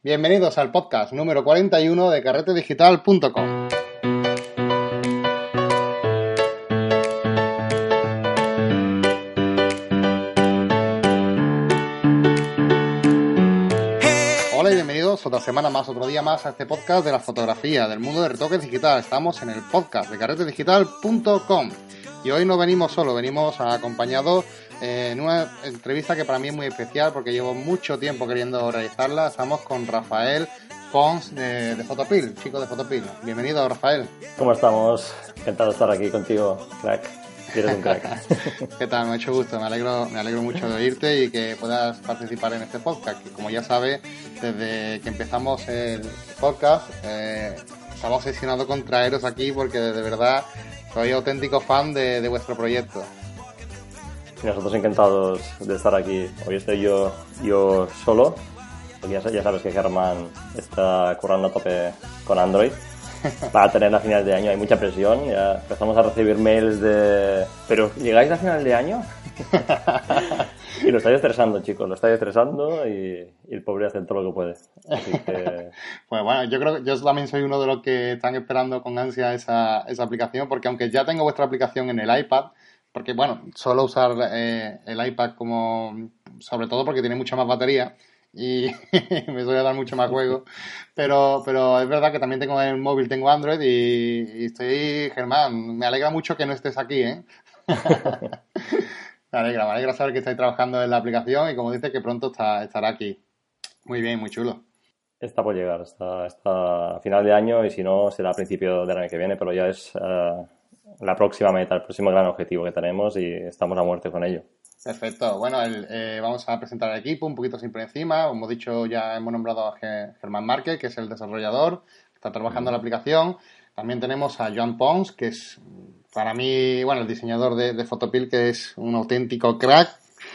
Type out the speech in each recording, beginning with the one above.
Bienvenidos al podcast número 41 de carretedigital.com. Hola y bienvenidos otra semana más, otro día más a este podcast de la fotografía, del mundo del retoque digital. Estamos en el podcast de carretedigital.com y hoy no venimos solo, venimos acompañados en una entrevista que para mí es muy especial porque llevo mucho tiempo queriendo realizarla. Estamos con Rafael Pons de Fotopil, chico de Fotopil. Bienvenido, Rafael. ¿Cómo estamos? Encantado de estar aquí contigo, crack. Eres un crack. ¿Qué tal? Mucho gusto. Me alegro mucho de oírte y que puedas participar en este podcast. Que como ya sabes, desde que empezamos el podcast, estamos obsesionados con traeros aquí porque de verdad soy auténtico fan de vuestro proyecto. Y nosotros encantados de estar aquí. Hoy estoy yo solo, porque ya sabes que Germán está currando a tope con Android. Para tener a final de año hay mucha presión, ya empezamos a recibir mails de... ¿Pero llegáis a final de año? Y lo estáis estresando, chicos, lo estáis estresando y el pobre hace todo lo que puede. Así que... Pues bueno, yo creo que yo también soy uno de los que están esperando con ansia esa aplicación, porque aunque ya tengo vuestra aplicación en el iPad, porque bueno, suelo usar el iPad como, sobre todo porque tiene mucha más batería y me suele dar mucho más juego, pero es verdad que también tengo en el móvil, tengo Android y estoy, Germán, me alegra mucho que no estés aquí, ¿eh? Me alegra saber que estáis trabajando en la aplicación y como dices que pronto estará aquí. Muy bien, muy chulo. Está por llegar, está a final de año y si no será a principio del año que viene, pero ya es la próxima meta, el próximo gran objetivo que tenemos y estamos a muerte con ello. Perfecto. Bueno, vamos a presentar al equipo un poquito siempre encima. Como he dicho, ya hemos nombrado a Germán Márquez, que es el desarrollador, que está trabajando en la aplicación. También tenemos a Joan Pons, que es para mí, bueno, el diseñador de Fotopil, que es un auténtico crack.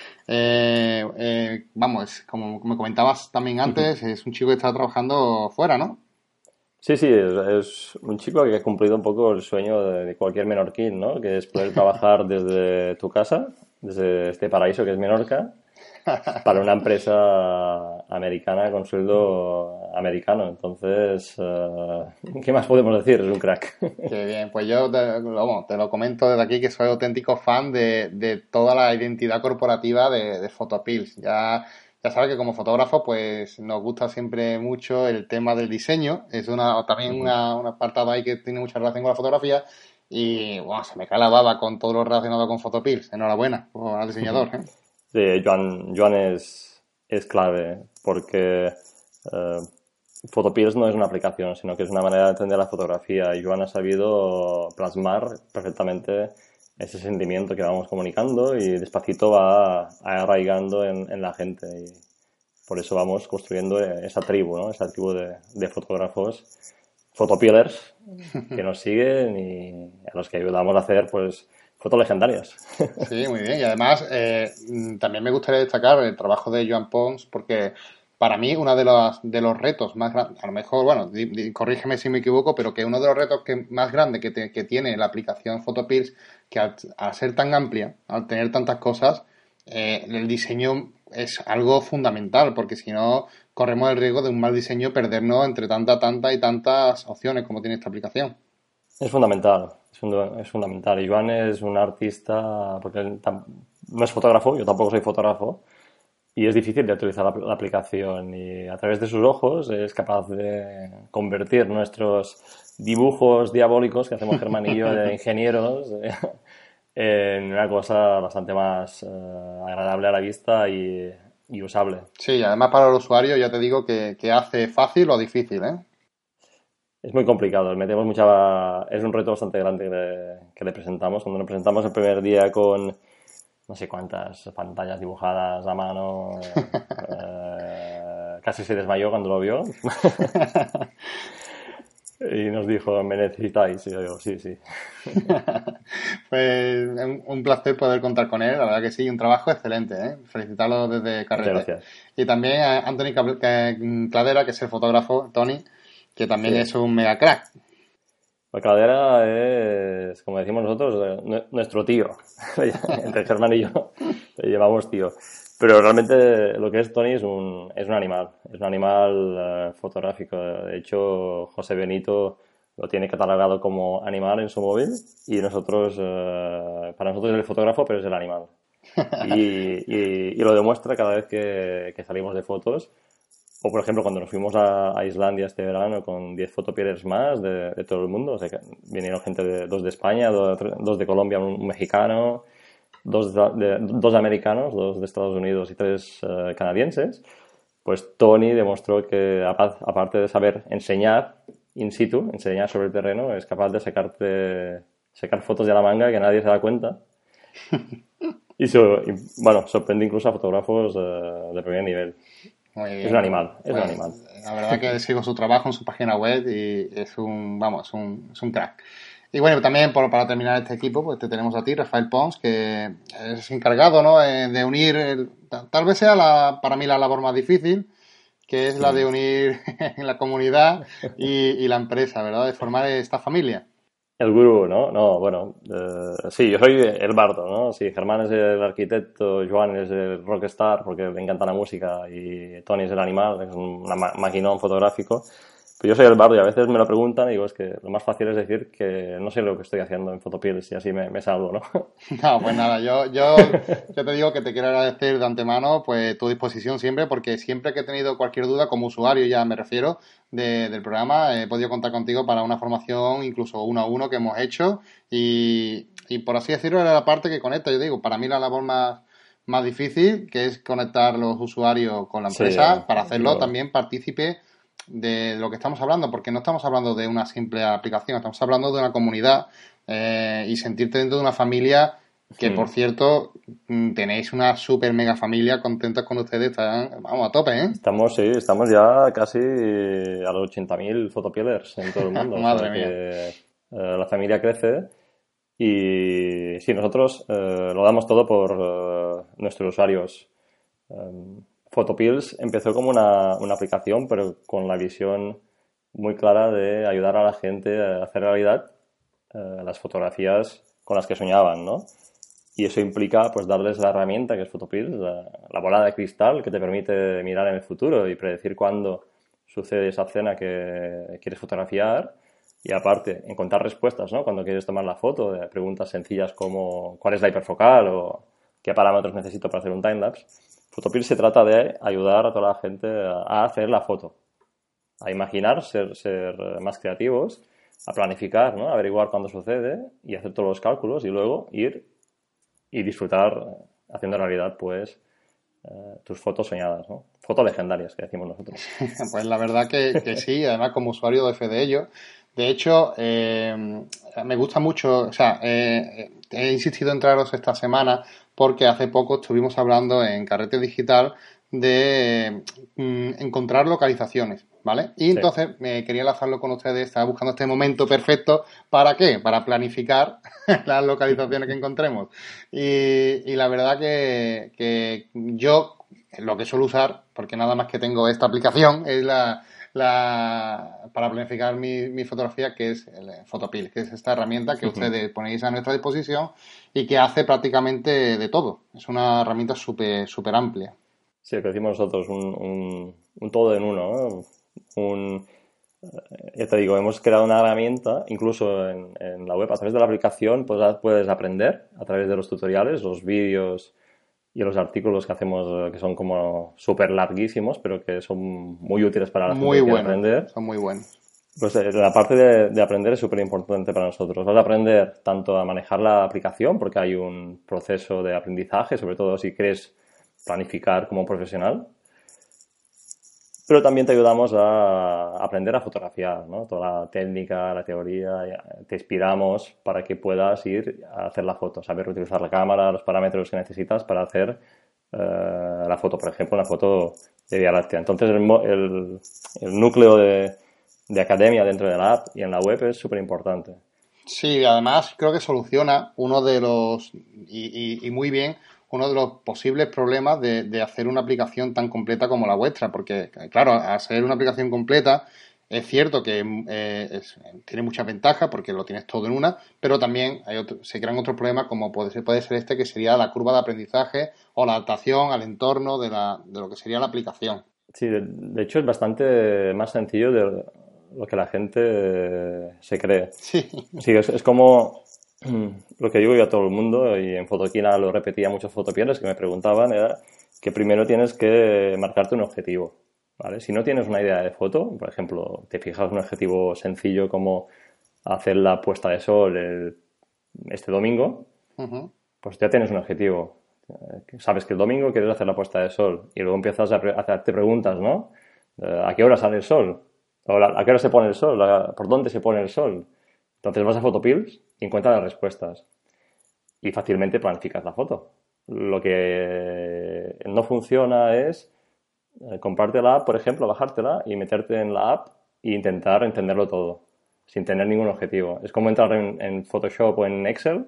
Vamos, como me comentabas también antes, es un chico que está trabajando fuera, ¿no? Sí, es un chico que ha cumplido un poco el sueño de cualquier menorquín, ¿no? Que es poder trabajar desde tu casa, desde este paraíso que es Menorca, para una empresa americana con sueldo americano. Entonces, ¿qué más podemos decir? Es un crack. Qué bien, pues yo te lo comento desde aquí que soy auténtico fan de toda la identidad corporativa de Photopills. Ya sabes que como fotógrafo pues nos gusta siempre mucho el tema del diseño. Es también un apartado ahí que tiene mucha relación con la fotografía y bueno, se me cae la baba con todo lo relacionado con Photopills. Enhorabuena al diseñador, ¿eh? Sí, Joan es clave porque Photopills no es una aplicación, sino que es una manera de entender la fotografía y Joan ha sabido plasmar perfectamente ese sentimiento que vamos comunicando y despacito va arraigando en la gente y por eso vamos construyendo esa tribu, ¿no? Esa tribu de fotógrafos, photopillers que nos siguen y a los que ayudamos a hacer pues fotos legendarias. Sí, muy bien. Y además, también me gustaría destacar el trabajo de Joan Pons, porque para mí uno de los retos más grandes, a lo mejor, bueno, corrígeme si me equivoco, pero que uno de los retos más grandes que tiene la aplicación Photopills, que al ser tan amplia, al tener tantas cosas, el diseño es algo fundamental, porque si no, corremos el riesgo de un mal diseño perdernos entre tantas opciones como tiene esta aplicación. Es fundamental, es fundamental. Y Joan es un artista, porque él no es fotógrafo, yo tampoco soy fotógrafo, y es difícil de utilizar la aplicación. Y a través de sus ojos es capaz de convertir nuestros dibujos diabólicos que hacemos Germán y yo de ingenieros en una cosa bastante más agradable a la vista y usable. Sí, además para el usuario ya te digo que hace fácil o difícil, ¿eh? Es muy complicado, es un reto bastante grande que le presentamos. Cuando nos presentamos el primer día con no sé cuántas pantallas dibujadas a mano, casi se desmayó cuando lo vio. Y nos dijo, ¿me necesitáis? Y yo digo, sí. Pues un placer poder contar con él, la verdad que sí, un trabajo excelente, ¿eh? Felicitarlo desde Carrete. Muchas gracias. Y también a Anthony Cladera, que es el fotógrafo, Tony, que también es un mega crack. La Cladera es, como decimos nosotros, nuestro tío. Entre Germán y yo le llevamos tío. Pero realmente lo que es Tony es un animal. Es un animal fotográfico. De hecho, José Benito lo tiene catalogado como animal en su móvil y nosotros, para nosotros es el fotógrafo, pero es el animal. Y lo demuestra cada vez que salimos de fotos. O, por ejemplo, cuando nos fuimos a Islandia este verano con 10 fotopieders más de todo el mundo. O sea, que vinieron gente dos de España, dos de Colombia, un mexicano, dos americanos, dos de Estados Unidos y tres canadienses. Pues Tony demostró que, aparte de saber enseñar in situ, enseñar sobre el terreno, es capaz de sacar fotos de la manga que nadie se da cuenta. Y bueno, sorprende incluso a fotógrafos de primer nivel. Muy bien. Es un animal, es Pues, un animal. la verdad que sigo su trabajo en su página web y vamos, es un crack. Y bueno, también para terminar este equipo, pues te tenemos a ti, Rafael Pons, que es encargado, ¿no? De unir, tal vez sea para mí la labor más difícil, que es la de unir en la comunidad y la empresa, ¿verdad? De formar esta familia. El gurú, ¿no? No, bueno, sí, yo soy el bardo, ¿no? Sí, Germán es el arquitecto, Joan es el rockstar porque le encanta la música y Tony es el animal, es un maquinón fotográfico. Pero yo soy el bardo y a veces me lo preguntan y digo, es que lo más fácil es decir que no sé lo que estoy haciendo en Photopills y así me salvo, ¿no? No, pues nada, yo te digo que te quiero agradecer de antemano pues tu disposición siempre, porque siempre que he tenido cualquier duda como usuario, ya me refiero, del programa, he podido contar contigo para una formación incluso uno a uno que hemos hecho y por así decirlo era la parte que conecta, yo digo, para mí la labor más difícil, que es conectar los usuarios con la Sí, empresa, para hacerlo yo, también partícipe de lo que estamos hablando, porque no estamos hablando de una simple aplicación, estamos hablando de una comunidad y sentirte dentro de una familia que, por cierto, tenéis una super mega familia, contentos con ustedes, están, vamos, a tope, ¿eh? sí, estamos ya casi a los 80.000 fotopielers en todo el mundo, o Madre sea mía. que la familia crece. Y sí, nosotros lo damos todo por nuestros usuarios. Photopills empezó como una aplicación, pero con la visión muy clara de ayudar a la gente a hacer realidad las fotografías con las que soñaban, ¿no? Y eso implica pues darles la herramienta que es Photopills, la bola de cristal que te permite mirar en el futuro y predecir cuándo sucede esa escena que quieres fotografiar. Y aparte, encontrar respuestas, ¿no? Cuando quieres tomar la foto, de preguntas sencillas como ¿cuál es la hiperfocal? O ¿qué parámetros necesito para hacer un timelapse? Photopills se trata de ayudar a toda la gente a hacer la foto, a imaginar, ser más creativos, a planificar, ¿no? Averiguar cuándo sucede y hacer todos los cálculos y luego ir y disfrutar haciendo realidad, pues, tus fotos soñadas, ¿no? Fotos legendarias, que decimos nosotros. Pues la verdad que sí, además como usuario de fe de ello. De hecho, me gusta mucho, o sea, he insistido en traeros esta semana porque hace poco estuvimos hablando en Carrete Digital de encontrar localizaciones, ¿vale? Y Sí. entonces me quería enlazarlo con ustedes, estaba buscando este momento perfecto, ¿para qué? Para planificar las localizaciones que encontremos. Y la verdad que yo lo que suelo usar, porque nada más que tengo esta aplicación, es para planificar mi fotografía, que es el Photopil, que es esta herramienta que ustedes ponéis a nuestra disposición y que hace prácticamente de todo. Es una herramienta súper amplia. Sí, lo que decimos nosotros, un todo en uno, ¿no? Ya te digo, hemos creado una herramienta, incluso en la web, a través de la aplicación, pues puedes aprender a través de los tutoriales, los vídeos y los artículos que hacemos, que son como súper larguísimos, pero que son muy útiles para la gente Muy que quiere buenos, aprender. son muy buenos. Pues la parte de aprender es súper importante para nosotros. Vas a aprender tanto a manejar la aplicación, porque hay un proceso de aprendizaje, sobre todo si quieres planificar como profesional, pero también te ayudamos a aprender a fotografiar, ¿no? Toda la técnica, la teoría, te inspiramos para que puedas ir a hacer la foto, saber utilizar la cámara, los parámetros que necesitas para hacer la foto, por ejemplo, una foto de Vía Láctea. Entonces, el núcleo de academia dentro de la app y en la web es súper importante. Sí, además creo que soluciona uno de los, y muy bien, uno de los posibles problemas de hacer una aplicación tan completa como la vuestra, porque claro, al ser una aplicación completa, Es cierto que tiene muchas ventajas porque lo tienes todo en una, pero también se crean otros problemas como puede ser este, que sería la curva de aprendizaje o la adaptación al entorno de lo que sería la aplicación. Sí, de hecho es bastante más sencillo de lo que la gente se cree. Sí, Sí, es como lo que digo yo a todo el mundo, y en Fotoquina lo repetía muchos fotopieles que me preguntaban, era que primero tienes que marcarte un objetivo, ¿vale? Si no tienes una idea de foto, por ejemplo, te fijas un objetivo sencillo como hacer la puesta de sol este domingo, ujú, pues ya tienes un objetivo. Sabes que el domingo quieres hacer la puesta de sol y luego empiezas a hacerte preguntas, ¿no? ¿A qué hora sale el sol? O ¿a qué hora se pone el sol? ¿Por dónde se pone el sol? Entonces vas a Photopills y encuentras las respuestas y fácilmente planificas la foto. Lo que no funciona es comprarte la app, por ejemplo, bajártela y meterte en la app e intentar entenderlo todo, sin tener ningún objetivo. Es como entrar en Photoshop o en Excel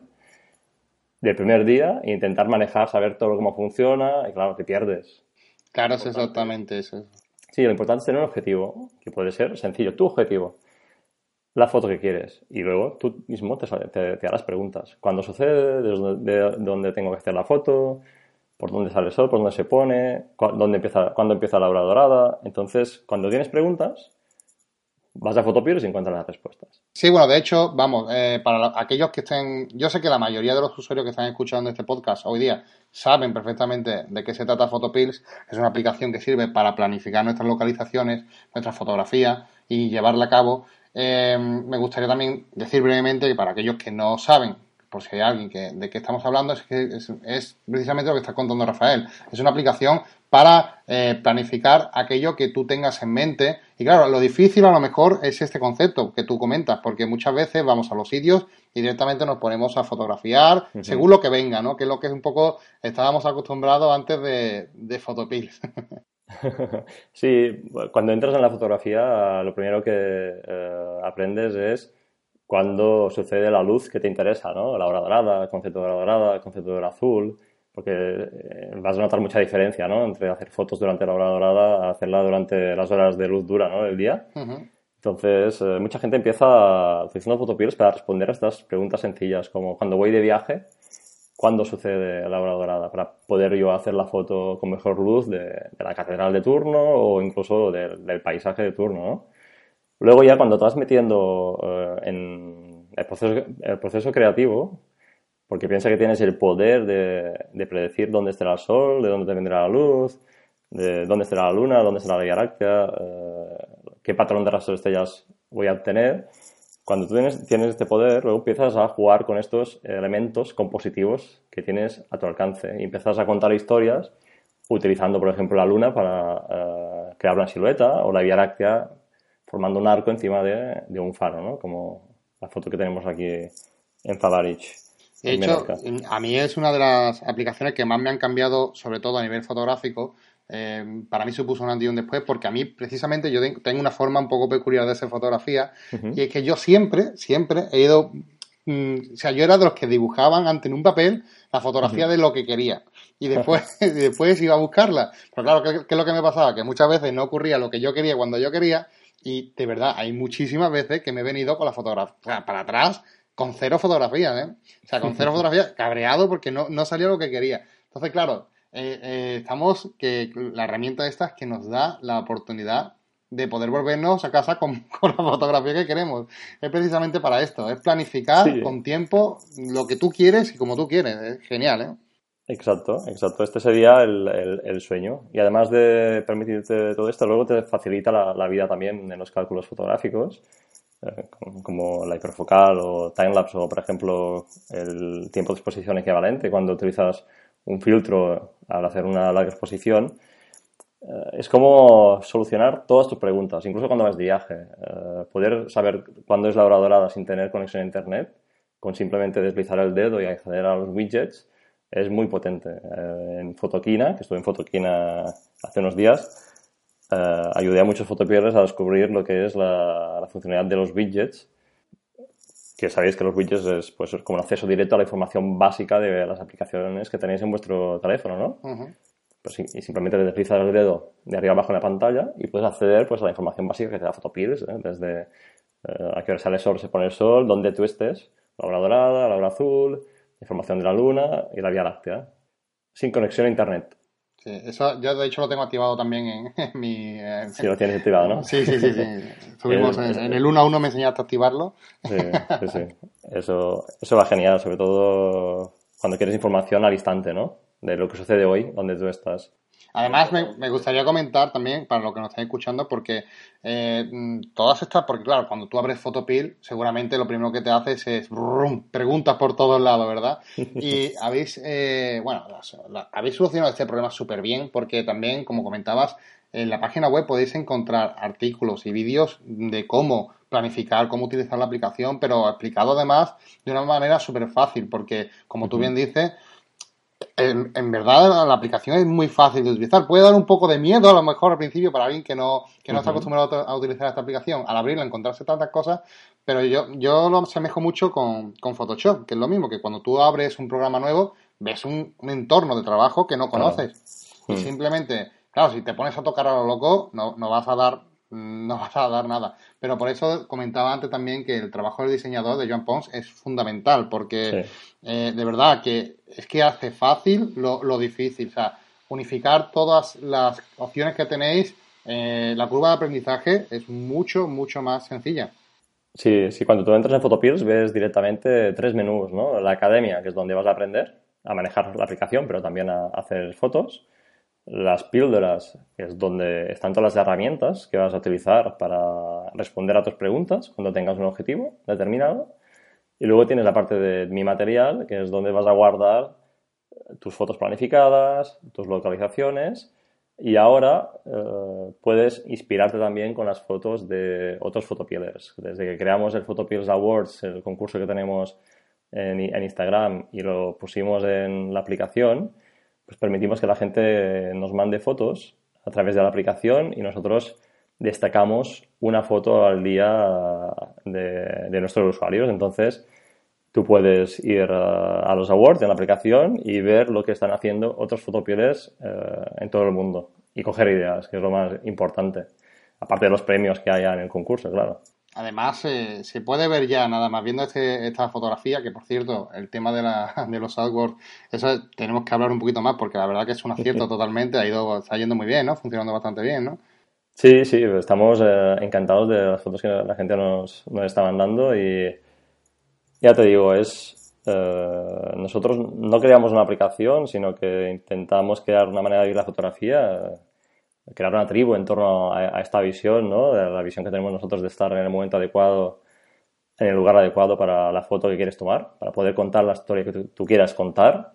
del primer día e intentar manejar, saber todo cómo funciona y claro, te pierdes. claro, es exactamente eso. Sí, lo importante es tener un objetivo, que puede ser sencillo, tu objetivo, la foto que quieres y luego tú mismo te harás preguntas. ¿Cuándo sucede? ¿De dónde tengo que hacer la foto? ¿Por dónde sale el sol? ¿Por dónde se pone? ¿Cuándo empieza la hora dorada? Entonces, cuando tienes preguntas, vas a Photopills y encuentras las respuestas. Sí, bueno, de hecho, vamos, aquellos que estén, yo sé que la mayoría de los usuarios que están escuchando este podcast hoy día saben perfectamente de qué se trata Photopills. Es una aplicación que sirve para planificar nuestras localizaciones, nuestras fotografías y llevarla a cabo. Me gustaría también decir brevemente que para aquellos que no saben, por si hay alguien de qué estamos hablando, es precisamente lo que está contando Rafael. Es una aplicación para planificar aquello que tú tengas en mente. Y claro, lo difícil a lo mejor es este concepto que tú comentas, porque muchas veces vamos a los sitios y directamente nos ponemos a fotografiar Ujú. según lo que venga, ¿no? Que es lo que es un poco estábamos acostumbrados antes de Photopills. Sí, cuando entras en la fotografía, lo primero que aprendes es cuando sucede la luz que te interesa, ¿no? La hora dorada, el concepto de hora dorada, el concepto del azul, porque vas a notar mucha diferencia, ¿no? Entre hacer fotos durante la hora dorada a hacerla durante las horas de luz dura, ¿no? Del día. Ujú. Entonces, mucha gente empieza utilizando Photopills para responder a estas preguntas sencillas, como cuando voy de viaje, ¿cuándo sucede la hora dorada? Para poder yo hacer la foto con mejor luz de la catedral de turno o incluso del paisaje de turno, ¿no? Luego ya cuando te vas metiendo en el proceso creativo, porque piensa que tienes el poder de predecir dónde estará el sol, de dónde te vendrá la luz, de dónde estará la luna, dónde estará la Vía Láctea, qué patrón de rastro de estrellas voy a obtener. Cuando tú tienes este poder, luego empiezas a jugar con estos elementos compositivos que tienes a tu alcance y empiezas a contar historias utilizando, por ejemplo, la luna para crear una silueta o la Vía Láctea formando un arco encima de un faro, ¿no? Como la foto que tenemos aquí en Favarich, De en hecho, Menorca. a mí es una de las aplicaciones que más me han cambiado, sobre todo a nivel fotográfico. Para mí supuso un antes y un después, porque a mí precisamente yo tengo una forma un poco peculiar de hacer fotografía, y Ujú. es que yo siempre he ido, o sea, yo era de los que dibujaban ante en un papel la fotografía Ujú. de lo que quería, y después, y después iba a buscarla. Pero claro, ¿qué es lo que me pasaba? Que muchas veces no ocurría lo que yo quería cuando yo quería, y de verdad, hay muchísimas veces que me he venido con la fotografía, o sea, para atrás, con cero fotografías, ¿eh? O sea, con cero fotografías, cabreado porque no salía lo que quería. Entonces, claro, estamos que la herramienta esta es que nos da la oportunidad de poder volvernos a casa con la fotografía que queremos. Es precisamente para esto, es planificar Sí, con tiempo lo que tú quieres y como tú quieres. Es genial, ¿eh? exacto, exacto. Este sería el sueño. Y además de permitirte todo esto, luego te facilita la vida también en los cálculos fotográficos, como la hiperfocal o timelapse o, por ejemplo, el tiempo de exposición equivalente cuando utilizas un filtro al hacer una larga exposición. Es como solucionar todas tus preguntas, incluso cuando vas de viaje. Poder saber cuándo es la hora dorada sin tener conexión a internet, con simplemente deslizar el dedo y acceder a los widgets, es muy potente. En Fotoquina, que estuve en Fotoquina hace unos días, ayudé a muchos fotopiedras a descubrir lo que es la funcionalidad de los widgets, que sabéis que los widgets es pues, como un acceso directo a la información básica de las aplicaciones que tenéis en vuestro teléfono, ¿no? Ujú. pues, y simplemente le deslizas el dedo de arriba abajo en la pantalla y puedes acceder pues, a la información básica que te da Photopills, desde a qué hora sale el sol, se pone el sol, dónde tú estés, la hora dorada, la hora azul, información de la luna y la Vía Láctea, sin conexión a internet. Sí, eso yo de hecho lo tengo activado también en mi... Si lo tienes activado, ¿no? sí, sí, sí, sí. Estuvimos en el 1 a 1 me enseñaste a activarlo. Sí, sí, sí. Eso va genial, sobre todo cuando quieres información al instante, ¿no? De lo que sucede hoy, donde tú estás. Además, me gustaría comentar también, para los que nos estén escuchando, porque todas estas, porque claro, cuando tú abres Photopil, seguramente lo primero que te haces es preguntas por todos lados, ¿verdad? Y habéis, bueno, habéis solucionado este problema súper bien, porque también, como comentabas, en la página web podéis encontrar artículos y vídeos de cómo planificar, cómo utilizar la aplicación, pero explicado además de una manera súper fácil, porque, como tú bien dices, en verdad la aplicación es muy fácil de utilizar. Puede dar un poco de miedo a lo mejor al principio para alguien que no está acostumbrado a utilizar esta aplicación, al abrirla, encontrarse tantas cosas, pero yo lo asemejo mucho con Photoshop, que es lo mismo, que cuando tú abres un programa nuevo, ves un entorno de trabajo que no Claro. conoces. Y simplemente, claro, si te pones a tocar a lo loco, no vas a dar nada. Pero por eso comentaba antes también que el trabajo del diseñador de Joan Pons es fundamental, porque Sí. de verdad que es que hace fácil lo difícil. O sea, unificar todas las opciones que tenéis, la curva de aprendizaje es mucho, mucho más sencilla. Sí, sí, cuando tú entras en Photopills ves directamente tres menús, ¿no? La academia, que es donde vas a aprender a manejar la aplicación, pero también a hacer fotos. Las píldoras, que es donde están todas las herramientas que vas a utilizar para responder a tus preguntas cuando tengas un objetivo determinado. Y luego tienes la parte de mi material, que es donde vas a guardar tus fotos planificadas, tus localizaciones. Y ahora puedes inspirarte también con las fotos de otros fotopielers. Desde que creamos el Photopielers Awards, el concurso que tenemos en Instagram y lo pusimos en la aplicación, pues permitimos que la gente nos mande fotos a través de la aplicación y nosotros destacamos una foto al día de nuestros usuarios. Entonces, tú puedes ir a los awards en la aplicación y ver lo que están haciendo otros fotopielers en todo el mundo y coger ideas, que es lo más importante. Aparte de los premios que haya en el concurso, claro. Además, se puede ver ya, nada más viendo esta fotografía, que por cierto, el tema de los AdWords, eso tenemos que hablar un poquito más, porque la verdad que es un acierto totalmente, está yendo muy bien, ¿no? Funcionando bastante bien, ¿no? Sí, sí, estamos encantados de las fotos que la gente nos está mandando y ya te digo, nosotros no creamos una aplicación, sino que intentamos crear una manera de vivir la fotografía, crear una tribu en torno a esta visión, ¿no? De la visión que tenemos nosotros de estar en el momento adecuado, en el lugar adecuado para la foto que quieres tomar, para poder contar la historia que tú quieras contar.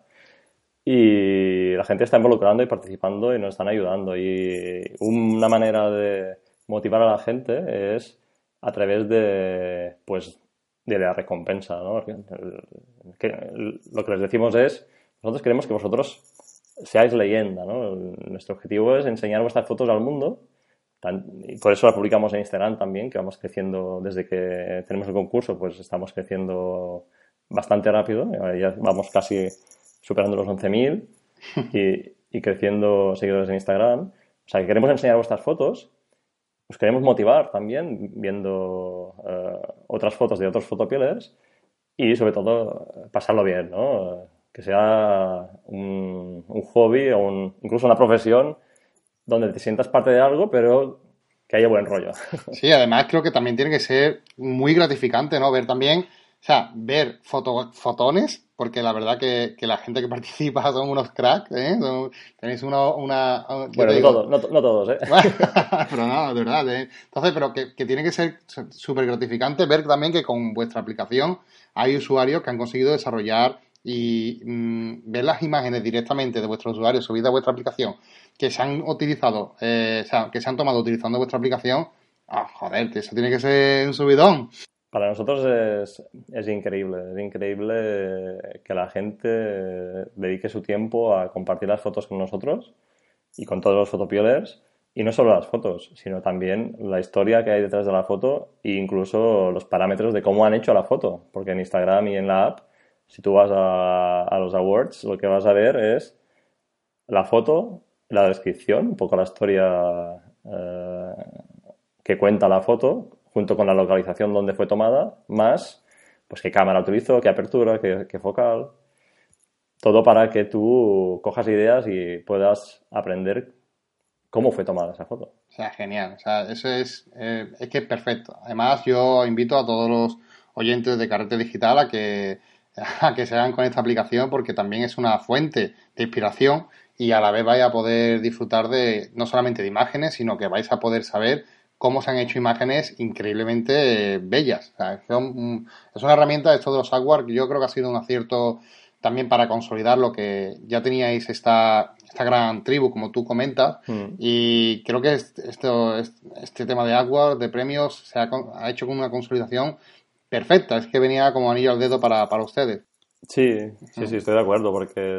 Y la gente está involucrando y participando y nos están ayudando. Y una manera de motivar a la gente es a través pues, de la recompensa, ¿no? Lo que les decimos es, nosotros queremos que vosotros seáis leyenda, ¿no? Nuestro objetivo es enseñar vuestras fotos al mundo y por eso la publicamos en Instagram también, que vamos creciendo desde que tenemos el concurso, pues estamos creciendo bastante rápido, ya vamos casi superando los 11.000 y creciendo seguidores en Instagram. O sea, que queremos enseñar vuestras fotos, os queremos motivar también viendo otras fotos de otros fotopielers y sobre todo pasarlo bien, ¿no? Que sea un hobby o incluso una profesión donde te sientas parte de algo, pero que haya buen rollo. Sí, además creo que también tiene que ser muy gratificante, ¿no? Ver también, o sea, ver fotones, porque la verdad que la gente que participa son unos cracks, ¿eh? Tenéis ¿qué te Bueno, no digo? todos, no todos, ¿eh? Pero no, de verdad, ¿eh? Entonces, pero que tiene que ser súper gratificante ver también que con vuestra aplicación hay usuarios que han conseguido desarrollar y ver las imágenes directamente de vuestros usuarios subidas a vuestra aplicación que se han utilizado, o sea, que se han tomado utilizando vuestra aplicación, joder, que eso tiene que ser un subidón. Para nosotros es increíble que la gente dedique su tiempo a compartir las fotos con nosotros y con todos los fotopielers, y no solo las fotos, sino también la historia que hay detrás de la foto e incluso los parámetros de cómo han hecho la foto, porque en Instagram y en la app, si tú vas a los awards, lo que vas a ver es la foto la descripción, un poco la historia que cuenta la foto, junto con la localización donde fue tomada, más pues qué cámara utilizó, qué apertura, qué focal, todo para que tú cojas ideas y puedas aprender cómo fue tomada esa foto. O sea, genial. O sea, eso es que es perfecto. Además, yo invito a todos los oyentes de Carrete Digital a que se hagan con esta aplicación porque también es una fuente de inspiración y a la vez vais a poder disfrutar de no solamente de imágenes, sino que vais a poder saber cómo se han hecho imágenes increíblemente bellas. O sea, es una herramienta, esto de los software, que yo creo que ha sido un acierto también para consolidar lo que ya teníais esta gran tribu, como tú comentas, y creo que este tema de AdWords, de premios, ha hecho con una consolidación perfecta. Es que venía como anillo al dedo para ustedes. Sí, estoy de acuerdo, porque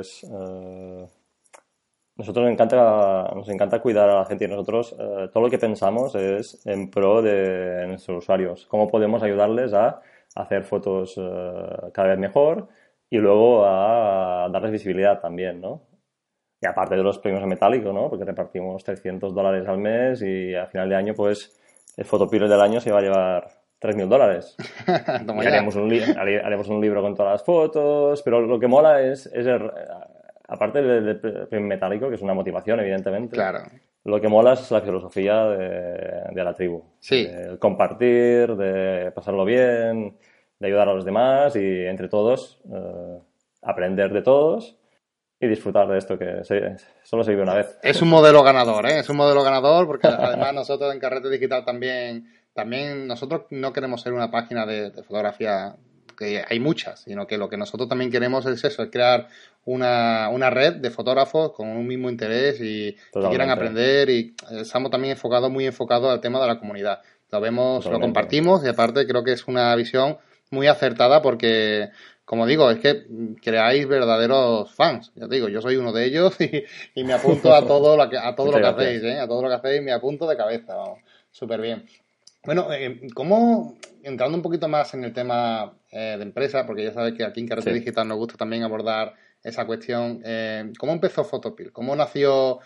nosotros nos encanta cuidar a la gente y nosotros todo lo que pensamos es en pro de nuestros usuarios. Cómo podemos ayudarles a hacer fotos cada vez mejor y luego a darles visibilidad también, ¿no? Y aparte de los premios en metálico, ¿no? Porque repartimos $300 al mes y a final de año, pues, el Photopillar del año se va a llevar $3.000. Y haremos un libro con todas las fotos, pero lo que mola aparte del premio metálico, que es una motivación, evidentemente. Claro. Lo que mola es la filosofía de la tribu. Sí. El compartir, de pasarlo bien, de ayudar a los demás y entre todos aprender de todos y disfrutar de esto que solo se vive una vez. Es un modelo ganador, ¿eh? Es un modelo ganador porque además nosotros en Carrete Digital también nosotros no queremos ser una página de fotografía, que hay muchas, sino que lo que nosotros también queremos es eso, es crear una red de fotógrafos con un mismo interés y que quieran aprender y estamos también muy enfocados al tema de la comunidad. Lo compartimos y aparte creo que es una visión muy acertada porque, como digo, es que creáis verdaderos fans. Ya te digo, yo soy uno de ellos y me apunto a todo lo que hacéis, ¿eh? A todo lo que hacéis me apunto de cabeza, vamos. Súper bien. Bueno, entrando un poquito más en el tema de empresa, porque ya sabes que aquí en Carrete Digital nos gusta también abordar esa cuestión. ¿Cómo empezó Photopil? ¿Cómo nació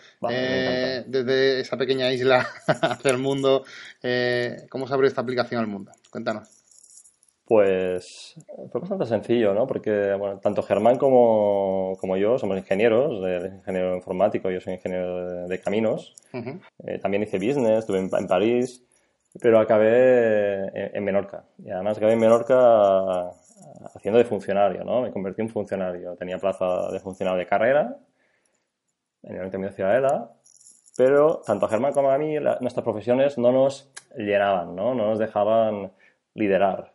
desde esa pequeña isla hacia el mundo? ¿Cómo se abrió esta aplicación al mundo? Cuéntanos. Pues fue bastante sencillo, ¿no? Porque, bueno, tanto Germán como yo somos ingenieros, ingeniero informático, yo soy ingeniero de caminos. Uh-huh. También hice business, estuve en París, pero acabé en Menorca. Y además acabé en Menorca haciendo de funcionario, ¿no? Me convertí en funcionario. Tenía plaza de funcionario de carrera en el Camino de Ciudadela, pero tanto a Germán como a mí nuestras profesiones no nos llenaban, ¿no? No nos dejaban liderar.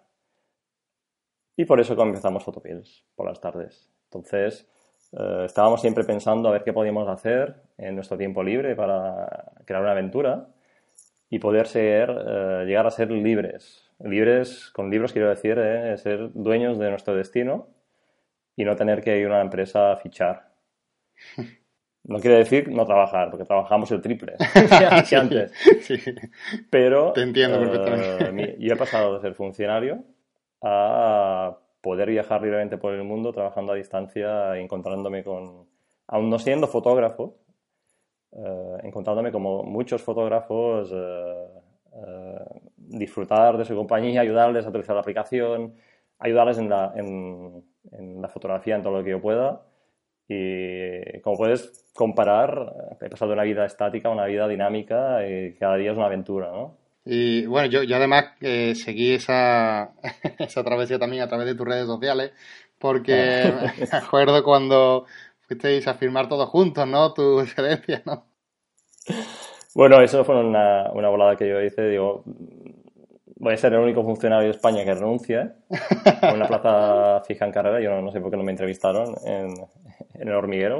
Y por eso comenzamos Photopills por las tardes. Entonces, estábamos siempre pensando a ver qué podíamos hacer en nuestro tiempo libre para crear una aventura y poder llegar a ser libres. Libres, con libros quiero decir, ser dueños de nuestro destino y no tener que ir a una empresa a fichar. No quiere decir no trabajar, porque trabajamos el triple que antes. Sí. Pero te entiendo perfectamente. Yo he pasado de ser funcionario a poder viajar libremente por el mundo trabajando a distancia, encontrándome aún no siendo fotógrafo, encontrándome como muchos fotógrafos, disfrutar de su compañía, ayudarles a utilizar la aplicación, ayudarles en la fotografía en todo lo que yo pueda. Y como puedes comparar, he pasado de una vida estática a una vida dinámica y cada día es una aventura, ¿no? Y bueno, yo además seguí esa travesía también a través de tus redes sociales, porque me acuerdo cuando fuisteis a firmar todos juntos, ¿no? Tu excedencia, ¿no? Bueno, eso fue una volada que yo hice. Digo, voy a ser el único funcionario de España que renuncie a una plaza fija en carrera. Yo no sé por qué no me entrevistaron en el hormiguero.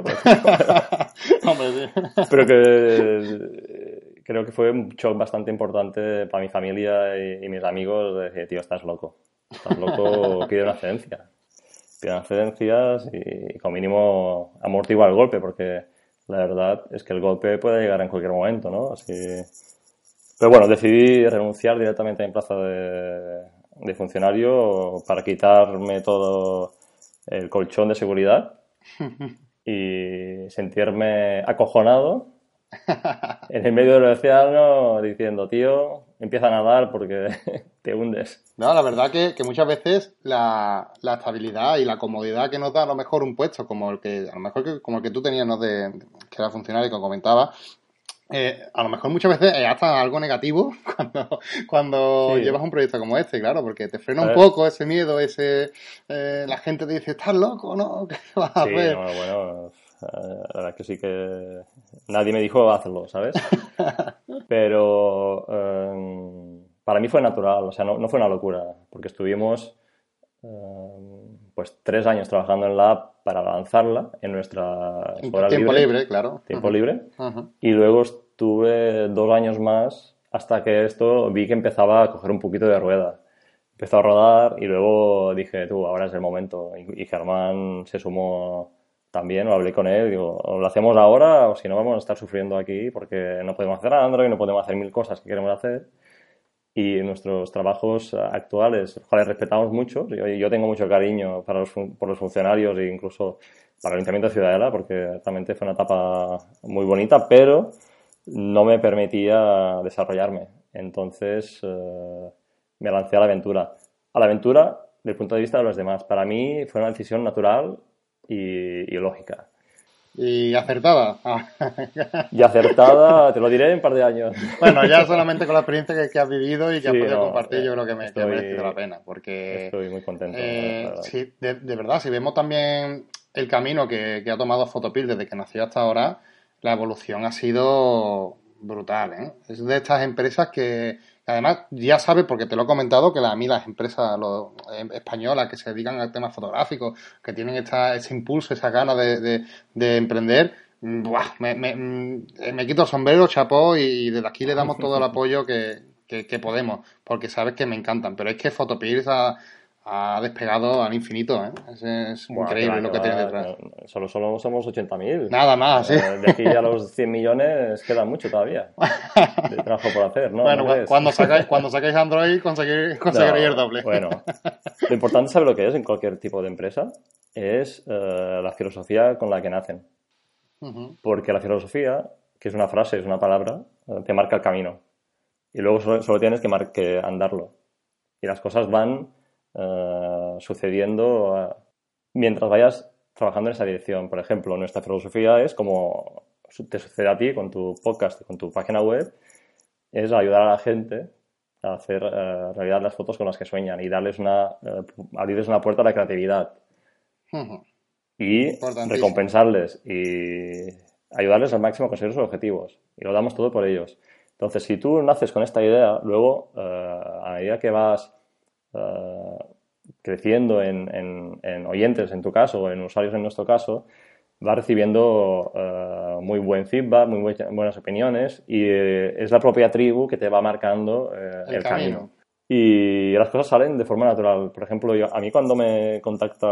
Pero que creo que fue un shock bastante importante para mi familia y mis amigos. De decir, tío, estás loco, pide una excedencia. Pide unas excedencias y como mínimo amortigua el golpe, porque la verdad es que el golpe puede llegar en cualquier momento, ¿no? Así... Pero bueno, decidí renunciar directamente a mi plaza de funcionario para quitarme todo el colchón de seguridad y sentirme acojonado en el medio del océano diciendo, tío, empieza a nadar porque te hundes. No, la verdad que muchas veces la estabilidad y la comodidad que nos da a lo mejor un puesto como el que, a lo mejor como el que tú tenías, ¿no? Que era funcionario que comentaba, a lo mejor muchas veces es hasta algo negativo cuando Sí, llevas un proyecto como este, claro, porque te frena a un ver, poco ese miedo, la gente te dice, ¿estás loco, no? ¿Qué vas a sí, hacer? no, bueno, la verdad que sí que nadie me dijo hacerlo, ¿sabes? Pero para mí fue natural, o sea, no fue una locura, porque estuvimos pues 3 años trabajando en la app para lanzarla en nuestras En horas tiempo libres, libre, claro. tiempo Ujú, libre, ujú. y luego estuve 2 años más hasta que esto vi que empezaba a coger un poquito de rueda. Empezó a rodar y luego dije, tú, ahora es el momento. Y Germán se sumó también, lo hablé con él, digo, o lo hacemos ahora o si no vamos a estar sufriendo aquí porque no podemos hacer Android, no podemos hacer mil cosas que queremos hacer. Y nuestros trabajos actuales, los cuales respetamos mucho, yo tengo mucho cariño por los funcionarios e incluso para el Ayuntamiento de Ciudadela, porque realmente fue una etapa muy bonita, pero no me permitía desarrollarme. Entonces me lancé a la aventura. A la aventura desde el punto de vista de los demás. Para mí fue una decisión natural y lógica. Y acertada. Ah. Y acertada, te lo diré en un par de años. Bueno, ya solamente con la experiencia que has vivido y que has Sí, podido no, compartir, yo creo que ha merecido la estoy, pena, porque estoy muy contento, la verdad. sí, de verdad, si vemos también el camino que ha tomado Photopil desde que nació hasta ahora, la evolución ha sido brutal, ¿eh? Es de estas empresas que además ya sabes, porque te lo he comentado, que a mí las empresas españolas que se dedican al tema fotográfico, que tienen ese impulso, esa gana de emprender, buah, me quito el sombrero, chapó, y desde aquí le damos todo el apoyo que podemos, porque sabes que me encantan. Pero es que Photopills ha despegado al infinito, ¿eh? Es Buah, increíble lo que que tiene va. detrás. Solo somos 80.000. Nada más, ¿sí? De aquí a los 100 millones queda mucho todavía de trabajo por hacer, ¿no? ¿No Bueno, crees? cuando sacáis Android conseguiréis el No, doble. bueno. Lo importante, ¿sabe lo que es en cualquier tipo de empresa? Es la filosofía con la que nacen. Ujú. Porque la filosofía, que es una frase, es una palabra, te marca el camino. Y luego solo tienes que andarlo. Y las cosas van sucediendo mientras vayas trabajando en esa dirección. Por ejemplo, nuestra filosofía es como te sucede a ti con tu podcast y con tu página web, es ayudar a la gente a hacer realidad las fotos con las que sueñan y abrirles una puerta a la creatividad Ujú. y Importantísimo. recompensarles y ayudarles al máximo a conseguir sus objetivos. Y lo damos todo por ellos. Entonces, si tú naces con esta idea, luego, a medida que vas eh, creciendo en oyentes, en tu caso, o en usuarios, en nuestro caso, vas recibiendo muy buen feedback, buenas opiniones, y es la propia tribu que te va marcando El el camino. camino. Y las cosas salen de forma natural. Por ejemplo, a mí cuando me contacta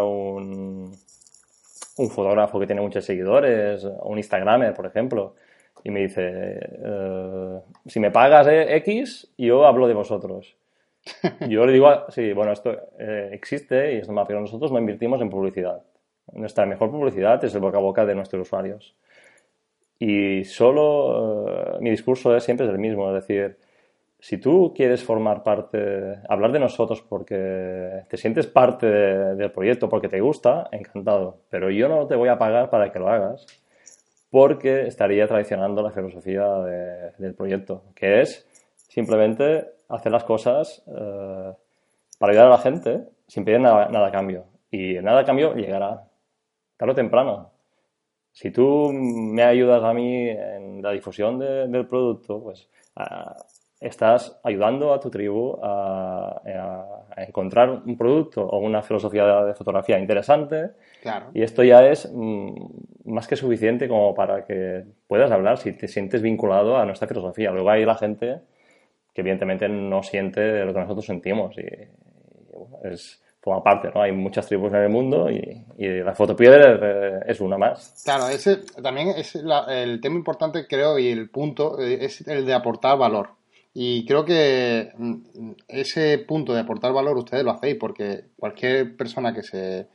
un fotógrafo que tiene muchos seguidores, o un Instagramer, por ejemplo, y me dice, si me pagas X, yo hablo de vosotros. Yo le digo, sí, bueno, esto existe y es normal, pero nosotros no invertimos en publicidad. Nuestra mejor publicidad es el boca a boca de nuestros usuarios. Y solo mi discurso siempre es el mismo, es decir, si tú quieres formar parte, hablar de nosotros porque te sientes parte del proyecto, porque te gusta, encantado. Pero yo no te voy a pagar para que lo hagas, porque estaría traicionando la filosofía del proyecto, que es simplemente hacer las cosas para ayudar a la gente sin pedir nada a cambio. Y nada a cambio llegará tarde o temprano. Si tú me ayudas a mí en la difusión del producto, pues estás ayudando a tu tribu a encontrar un producto o una filosofía de fotografía interesante Claro. y esto ya es más que suficiente como para que puedas hablar si te sientes vinculado a nuestra filosofía. Luego hay la gente que evidentemente no siente lo que nosotros sentimos y bueno, forma parte, ¿no? Hay muchas tribus en el mundo y la fotopiedra es una más. Claro, ese también es el tema importante, creo, y el punto es el de aportar valor. Y creo que ese punto de aportar valor ustedes lo hacéis porque cualquier persona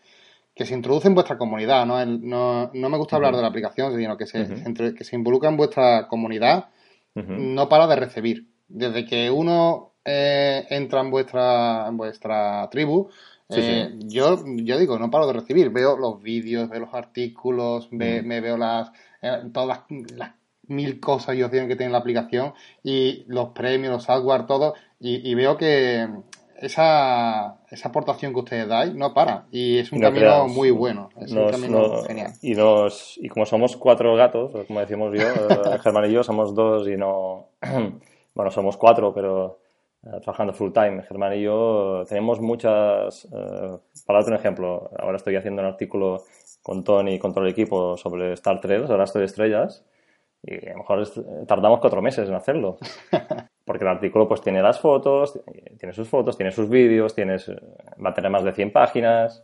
que se introduce en vuestra comunidad, ¿no? No me gusta hablar de la aplicación, sino que se involucra en vuestra comunidad, no para de recibir. Desde que uno entra en vuestra tribu, yo digo, no paro de recibir. Veo los vídeos, veo los artículos, me veo todas las mil cosas y opciones que tiene la aplicación y los premios, los software, todo, y veo que esa aportación que ustedes dais no para y es un camino muy bueno, es un camino genial. Y como somos 4 gatos, como decimos yo, Germán y yo somos 2 y no... Bueno, somos 4, pero trabajando full time. Germán y yo tenemos muchas... para darte un ejemplo, ahora estoy haciendo un artículo con Tony y con todo el equipo sobre Star Trek, sobre Astro de Estrellas, y a lo mejor tardamos 4 meses en hacerlo. Porque el artículo pues tiene las fotos, tiene sus vídeos, va a tener más de 100 páginas,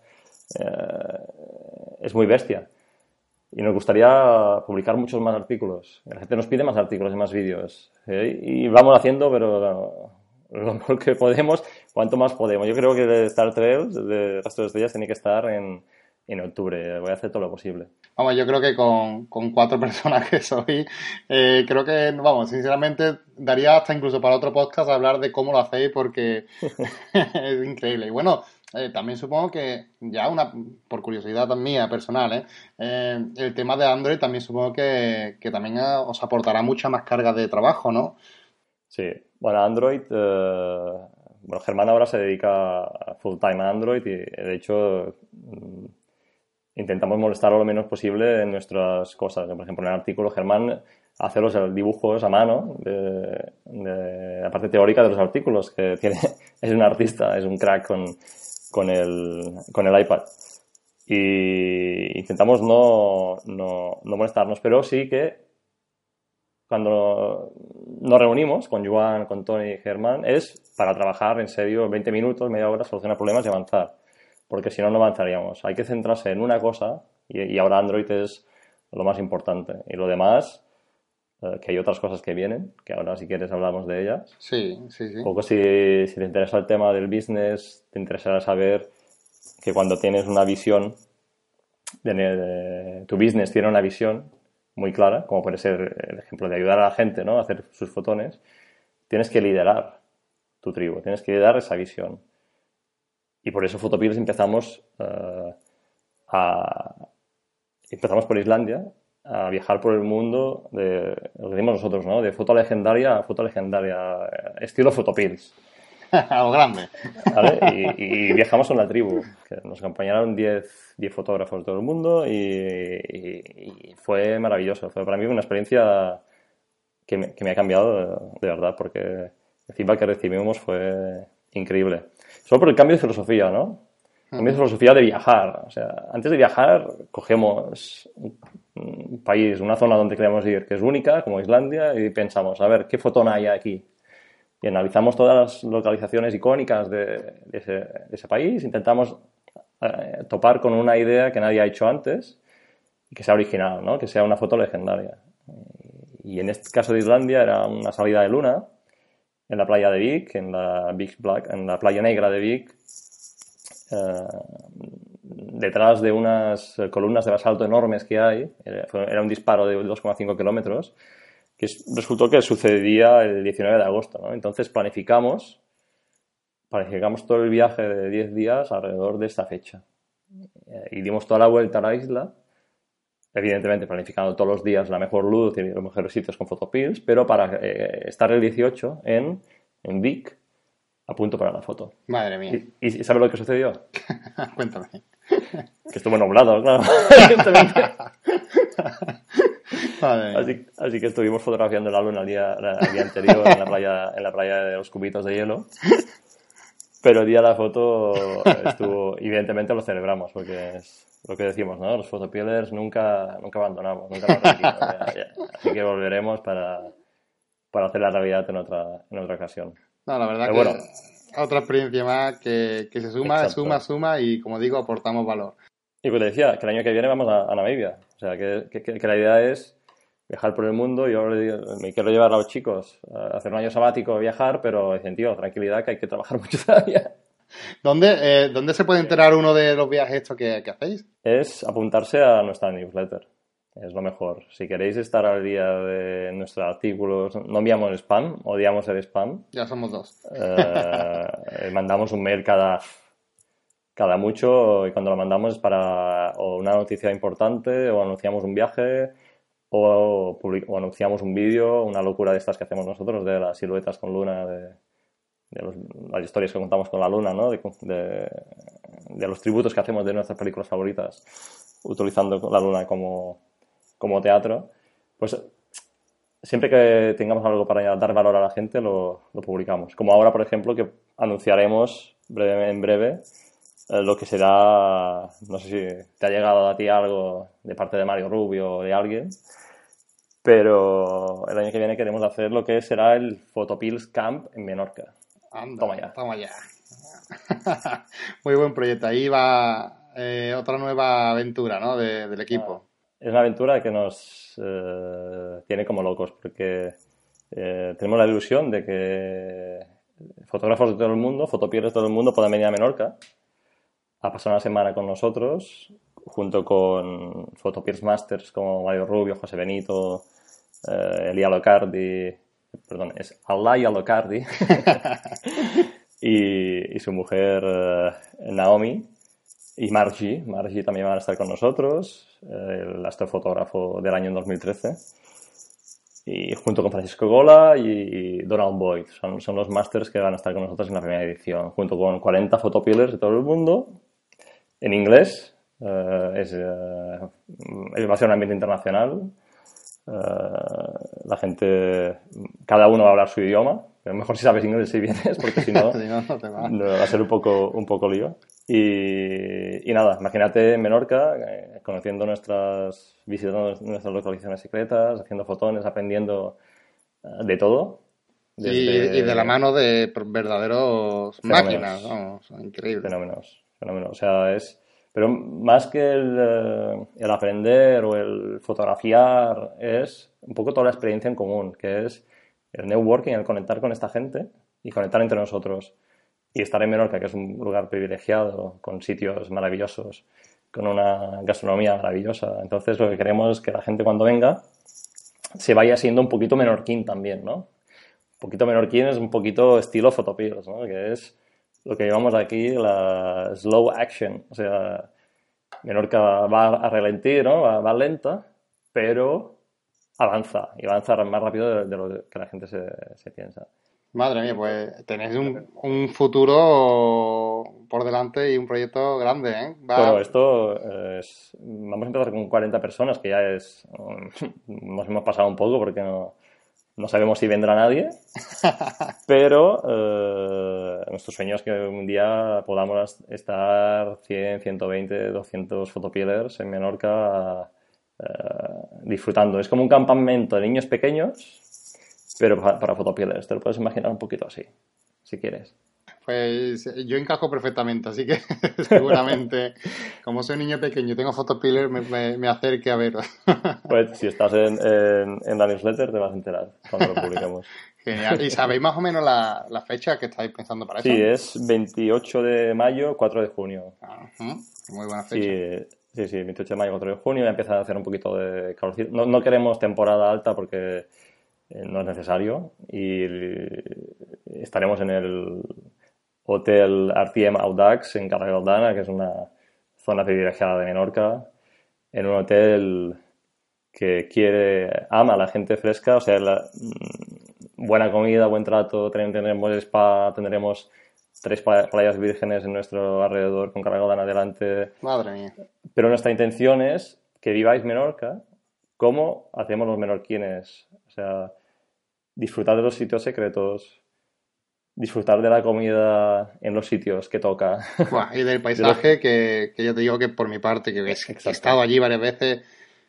es muy bestia. Y nos gustaría publicar muchos más artículos. La gente nos pide más artículos y más vídeos. Y vamos haciendo, pero lo mejor que podemos, cuanto más podemos. Yo creo que el Star Trails de Rastro de Estrellas tiene que estar en octubre. Voy a hacer todo lo posible. Vamos, yo creo que con 4 personas que soy, creo que, vamos, sinceramente, daría hasta incluso para otro podcast hablar de cómo lo hacéis porque es increíble. Y bueno, también supongo que ya por curiosidad mía personal, el tema de Android también supongo que también os aportará mucha más carga de trabajo, ¿no? Sí, bueno, Android, bueno, Germán ahora se dedica full time a Android y de hecho intentamos molestarlo lo menos posible en nuestras cosas. Por ejemplo, en el artículo Germán hace los dibujos a mano de la parte teórica de los artículos, que es un artista, es un crack con el iPad. Y intentamos no molestarnos, pero sí que cuando nos reunimos con Joan, con Tony y Germán es para trabajar en serio 20 minutos, media hora, solucionar problemas y avanzar. Porque si no, no avanzaríamos. Hay que centrarse en una cosa y ahora Android es lo más importante. Y lo demás, que hay otras cosas que vienen, que ahora si quieres hablamos de ellas. Sí. Un poco si te interesa el tema del business, te interesará saber que cuando tienes una visión, tu business tiene una visión muy clara, como puede ser el ejemplo de ayudar a la gente, ¿no?, a hacer sus fotones, tienes que liderar tu tribu, tienes que liderar esa visión. Y por eso Photopills empezamos por Islandia a viajar por el mundo lo que decimos nosotros, ¿no?, de foto legendaria a foto legendaria, estilo Photopills. A lo grande. ¿Vale? Y viajamos con la tribu, que nos acompañaron 10 fotógrafos de todo el mundo y fue maravilloso. Fue para mí una experiencia que me ha cambiado de verdad, porque el feedback que recibimos fue increíble. Solo por el cambio de filosofía, ¿no? El cambio de filosofía de viajar. O sea, antes de viajar cogemos un país, una zona donde queremos ir, que es única, como Islandia, y pensamos, a ver, ¿qué fotón hay aquí? Y analizamos todas las localizaciones icónicas de ese país, intentamos topar con una idea que nadie ha hecho antes y que sea original, ¿no?, que sea una foto legendaria. Y en este caso de Islandia era una salida de luna en la playa de Vik, en la playa negra de Vik, detrás de unas columnas de basalto enormes que hay. Era un disparo de 2,5 kilómetros, que resultó que sucedía el 19 de agosto, ¿no? Entonces planificamos todo el viaje de 10 días alrededor de esta fecha. Y dimos toda la vuelta a la isla, evidentemente planificando todos los días la mejor luz y los mejores sitios con Photopills, pero para estar el 18 en Vik, a punto para la foto. Madre mía. ¿Y sabes lo que sucedió? Cuéntame. Que estuvo nublado, claro, evidentemente. Así que estuvimos fotografiando la luna el día anterior en la playa de los cubitos de hielo. Pero el día de la foto evidentemente lo celebramos, porque es lo que decimos, ¿no? Los photopillers nunca abandonamos, nunca nos repetimos. Así que volveremos para hacer la realidad en otra ocasión. No, la verdad pero que otra experiencia más que se suma, suma y, como digo, aportamos valor. Y pues te decía, que el año que viene vamos a Namibia. O sea, que la idea es viajar por el mundo. Yo me quiero llevar a los chicos a hacer un año sabático, viajar, pero dicen, tío, tranquilidad, que hay que trabajar mucho todavía. ¿Dónde se puede enterar uno de los viajes estos que hacéis? Es apuntarse a nuestra newsletter. Es lo mejor. Si queréis estar al día de nuestros artículos, no enviamos spam, odiamos el spam. Ya somos dos. Mandamos un mail cada mucho y cuando lo mandamos es para o una noticia importante o anunciamos un viaje o anunciamos un vídeo, una locura de estas que hacemos nosotros de las siluetas con luna, de las historias que contamos con la luna, ¿no? De los tributos que hacemos de nuestras películas favoritas utilizando la luna como teatro. Pues siempre que tengamos algo para dar valor a la gente lo publicamos. Como ahora, por ejemplo, que anunciaremos en breve lo que será, no sé si te ha llegado a ti algo de parte de Mario Rubio o de alguien, pero el año que viene queremos hacer lo que será el Photopills Camp en Menorca. Anda, Toma ya. Toma ya. Muy buen proyecto. Ahí va otra nueva aventura, ¿no? Del equipo. Es una aventura que nos tiene como locos porque tenemos la ilusión de que fotógrafos de todo el mundo, fotopiers de todo el mundo puedan venir a Menorca a pasar una semana con nosotros, junto con Photopiers Masters como Mario Rubio, José Benito, Elia Locardi, perdón, es Alaya Locardi y su mujer Naomi y Margie también van a estar con nosotros, el astrofotógrafo del año 2013. Y junto con Francisco Gola y Donald Boyd. Son los masters que van a estar con nosotros en la primera edición, junto con 40 fotopielers de todo el mundo, en inglés. Va a ser un ambiente internacional. La gente, cada uno va a hablar su idioma. Pero mejor si sabes inglés si vienes, porque si no, no te va. va a ser un poco lío. Y nada, imagínate en Menorca, conociendo visitando nuestras localizaciones secretas, haciendo fotones, aprendiendo de todo. Y de la mano de verdaderos máquinas, vamos, increíble. Fenómenos. O sea, pero más que el aprender o el fotografiar, es un poco toda la experiencia en común, que es el networking, el conectar con esta gente y conectar entre nosotros. Y estar en Menorca, que es un lugar privilegiado, con sitios maravillosos, con una gastronomía maravillosa. Entonces, lo que queremos es que la gente cuando venga se vaya siendo un poquito menorquín también, ¿no? Un poquito menorquín es un poquito estilo Photopiers, ¿no? Que es lo que llamamos aquí la slow action. O sea, Menorca va a relentir, ¿no? Va lenta, pero avanza. Y avanza más rápido de lo que la gente se piensa. Madre mía, pues tenéis un futuro por delante y un proyecto grande, ¿eh? Bueno, esto vamos a empezar con 40 personas, que ya nos hemos pasado un poco porque no sabemos si vendrá nadie, pero nuestro sueño es que un día podamos estar 100, 120, 200 fotopielers en Menorca disfrutando. Es como un campamento de niños pequeños, pero para fotopielers. Te lo puedes imaginar un poquito así, si quieres. Pues yo encajo perfectamente, así que seguramente, como soy niño pequeño y tengo fotopiler, me acerque a veros. Pues si estás en la newsletter te vas a enterar cuando lo publiquemos. Genial. ¿Y sabéis más o menos la fecha que estáis pensando para eso? Sí, es 28 de mayo, 4 de junio. Muy buena fecha. Sí, 28 de mayo, 4 de junio. Ya empieza a hacer un poquito de calor. No queremos temporada alta porque no es necesario. Y estaremos en el Hotel RTM Audax en Cala Galdana, que es una zona privilegiada de Menorca, en un hotel que ama a la gente fresca, o sea, buena comida, buen trato, tendremos spa, tendremos 3 playas vírgenes en nuestro alrededor con Cala Galdana delante. Madre mía. Pero nuestra intención es que viváis Menorca como hacemos los menorquines, o sea, disfrutar de los sitios secretos, disfrutar de la comida en los sitios que toca. Buah, y del paisaje, que yo te digo que por mi parte, que he estado allí varias veces,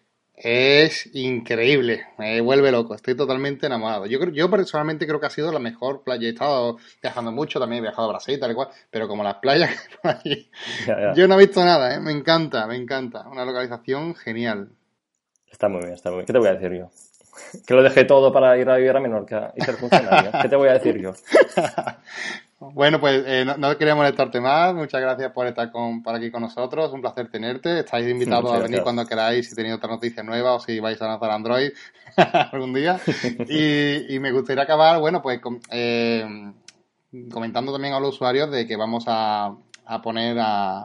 es increíble, me vuelve loco, estoy totalmente enamorado. Yo personalmente creo que ha sido la mejor playa. He estado viajando mucho, también he viajado a Brasil, tal y cual, pero como las playas que hay por allí, yo no he visto nada, ¿eh? Me encanta, una localización genial. Está muy bien. ¿Qué te voy a decir yo? Que lo dejé todo para ir a vivir a Menorca y ser funcionario. ¿Qué te voy a decir yo? Bueno, pues no quería molestarte más. Muchas gracias por estar por aquí con nosotros. Un placer tenerte. Estáis invitados a venir cuando queráis si tenéis otra noticia nueva o si vais a lanzar Android algún día. Y me gustaría acabar, bueno, pues comentando también a los usuarios de que vamos a poner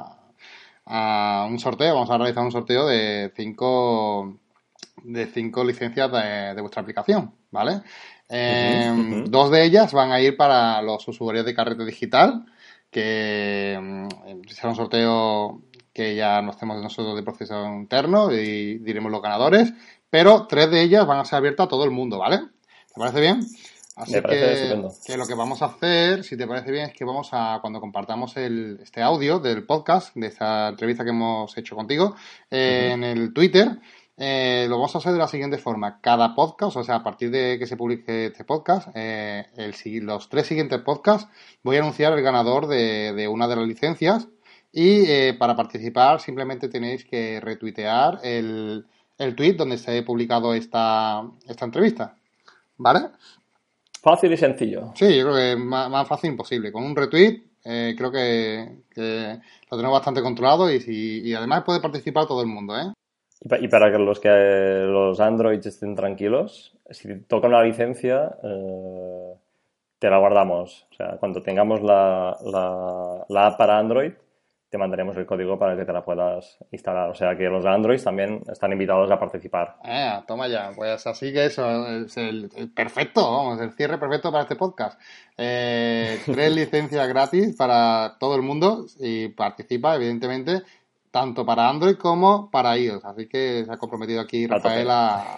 a un sorteo. Vamos a realizar un sorteo de 5 licencias de vuestra aplicación, ¿vale? Dos de ellas van a ir para los usuarios de Carrete Digital, que será un sorteo que ya nos hacemos nosotros de proceso interno y diremos los ganadores, pero 3 de ellas van a ser abiertas a todo el mundo, ¿vale? ¿Te parece bien? Así Me parece estupendo. Que lo que vamos a hacer, si te parece bien, es que vamos a, cuando compartamos este audio del podcast, de esta entrevista que hemos hecho contigo, en el Twitter, lo vamos a hacer de la siguiente forma. Cada podcast, o sea, a partir de que se publique este podcast, los 3 siguientes podcasts, voy a anunciar el ganador de una de las licencias y para participar simplemente tenéis que retuitear el tweet donde se ha publicado esta entrevista. ¿Vale? Fácil y sencillo. Sí, yo creo que es más fácil imposible. Con un retweet creo que lo tenemos bastante controlado y además puede participar todo el mundo, ¿eh? Y para que los Androids estén tranquilos, si toca una licencia, te la guardamos. O sea, cuando tengamos la app para Android, te mandaremos el código para que te la puedas instalar. O sea que los Androids también están invitados a participar. Toma ya. Pues así que eso es el perfecto, vamos, el cierre perfecto para este podcast. 3 licencias gratis para todo el mundo y participa, evidentemente, tanto para Android como para iOS. Así que se ha comprometido aquí Rafael a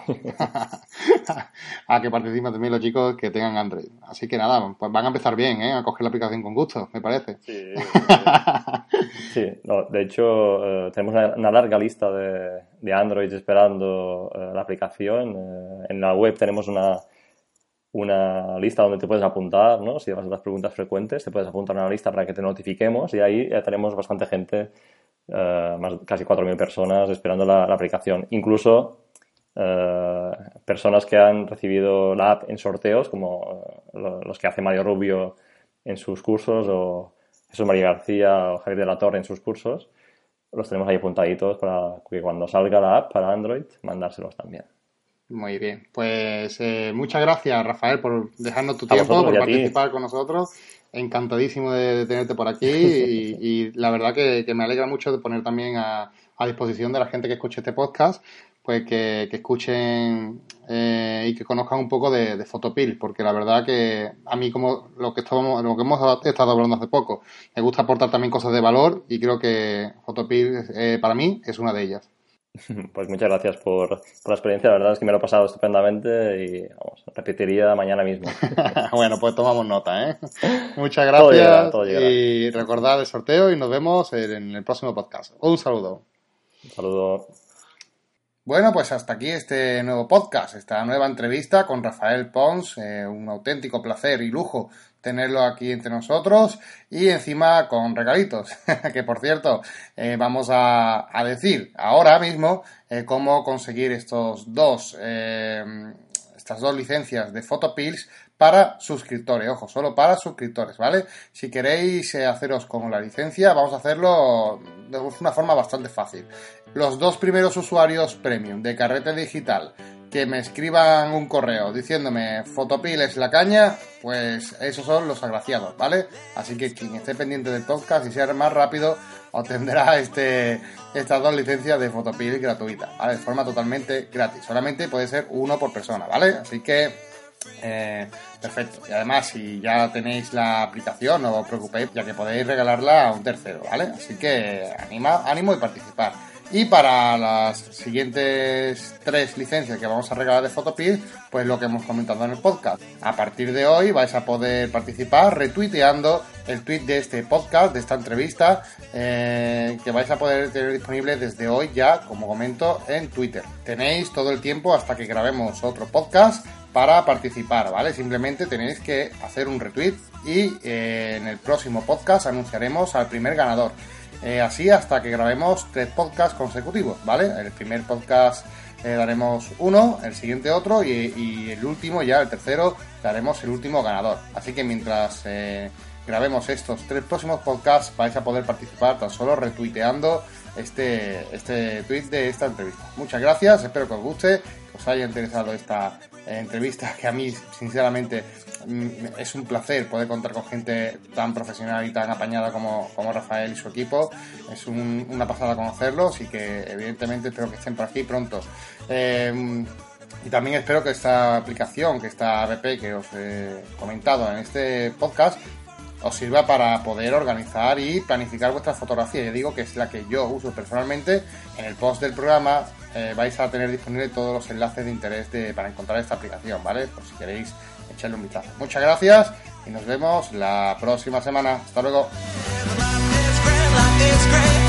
que participen también los chicos que tengan Android. Así que nada, pues van a empezar bien, a coger la aplicación con gusto, me parece. Sí, no, de hecho tenemos una larga lista de Androids esperando la aplicación. En la web tenemos una lista donde te puedes apuntar, ¿no? Si vas a las preguntas frecuentes, te puedes apuntar a una lista para que te notifiquemos y ahí ya tenemos bastante gente, casi 4.000 personas esperando la aplicación. Incluso personas que han recibido la app en sorteos, como los que hace Mario Rubio en sus cursos o Jesús María García o Javier de la Torre en sus cursos, los tenemos ahí apuntaditos para que cuando salga la app para Android, mandárselos también. Muy bien, pues muchas gracias, Rafael, por dejarnos tu tiempo, por participar con nosotros. Encantadísimo de tenerte por aquí y la verdad que me alegra mucho de poner también a disposición de la gente que escuche este podcast, pues que escuchen y que conozcan un poco de Photopills, porque la verdad que a mí, como lo que hemos estado hablando hace poco, me gusta aportar también cosas de valor y creo que Photopills para mí es una de ellas. Pues muchas gracias por la experiencia, la verdad es que me lo he pasado estupendamente y vamos, repetiría mañana mismo. Bueno, pues tomamos nota, ¿eh? Muchas gracias todo llegará. Y recordad el sorteo y nos vemos en el próximo podcast. Un saludo. Un saludo. Bueno, pues hasta aquí este nuevo podcast, esta nueva entrevista con Rafael Pons, un auténtico placer y lujo tenerlo aquí entre nosotros y encima con regalitos, que por cierto vamos a decir ahora mismo cómo conseguir estas dos licencias de Photopills para suscriptores, ojo, solo para suscriptores, ¿vale? Si queréis haceros con la licencia, vamos a hacerlo de una forma bastante fácil. Los 2 primeros usuarios premium de Carrete Digital que me escriban un correo diciéndome Photopills es la caña, pues esos son los agraciados, ¿vale? Así que quien esté pendiente del podcast y sea más rápido obtendrá estas 2 licencias de Photopills gratuitas, ¿vale? De forma totalmente gratis. Solamente puede ser uno por persona, ¿vale? Así que perfecto. Y además, si ya tenéis la aplicación, no os preocupéis, ya que podéis regalarla a un tercero, ¿vale? Así que ánimo y participar. Y para las siguientes 3 licencias que vamos a regalar de Photopills, pues lo que hemos comentado en el podcast. A partir de hoy vais a poder participar retuiteando el tweet de este podcast, de esta entrevista, que vais a poder tener disponible desde hoy ya, como comento, en Twitter. Tenéis todo el tiempo hasta que grabemos otro podcast para participar, ¿vale? Simplemente tenéis que hacer un retweet y en el próximo podcast anunciaremos al primer ganador. Así hasta que grabemos 3 podcasts consecutivos, ¿vale? El primer podcast daremos uno, el siguiente otro y el último, ya el tercero, daremos el último ganador. Así que mientras grabemos estos 3 próximos podcasts, vais a poder participar tan solo retuiteando este tweet de esta entrevista. Muchas gracias, espero que os guste, que os haya interesado esta entrevista, que a mí sinceramente es un placer poder contar con gente tan profesional y tan apañada como Rafael y su equipo. Es una pasada conocerlos y que evidentemente espero que estén por aquí pronto. Y también espero que esta aplicación, que esta app que os he comentado en este podcast, os sirva para poder organizar y planificar vuestra fotografía. Ya digo que es la que yo uso personalmente. En el post del programa vais a tener disponibles todos los enlaces de interés para encontrar esta aplicación, ¿vale? Por si queréis echarle un vistazo. Muchas gracias y nos vemos la próxima semana. Hasta luego.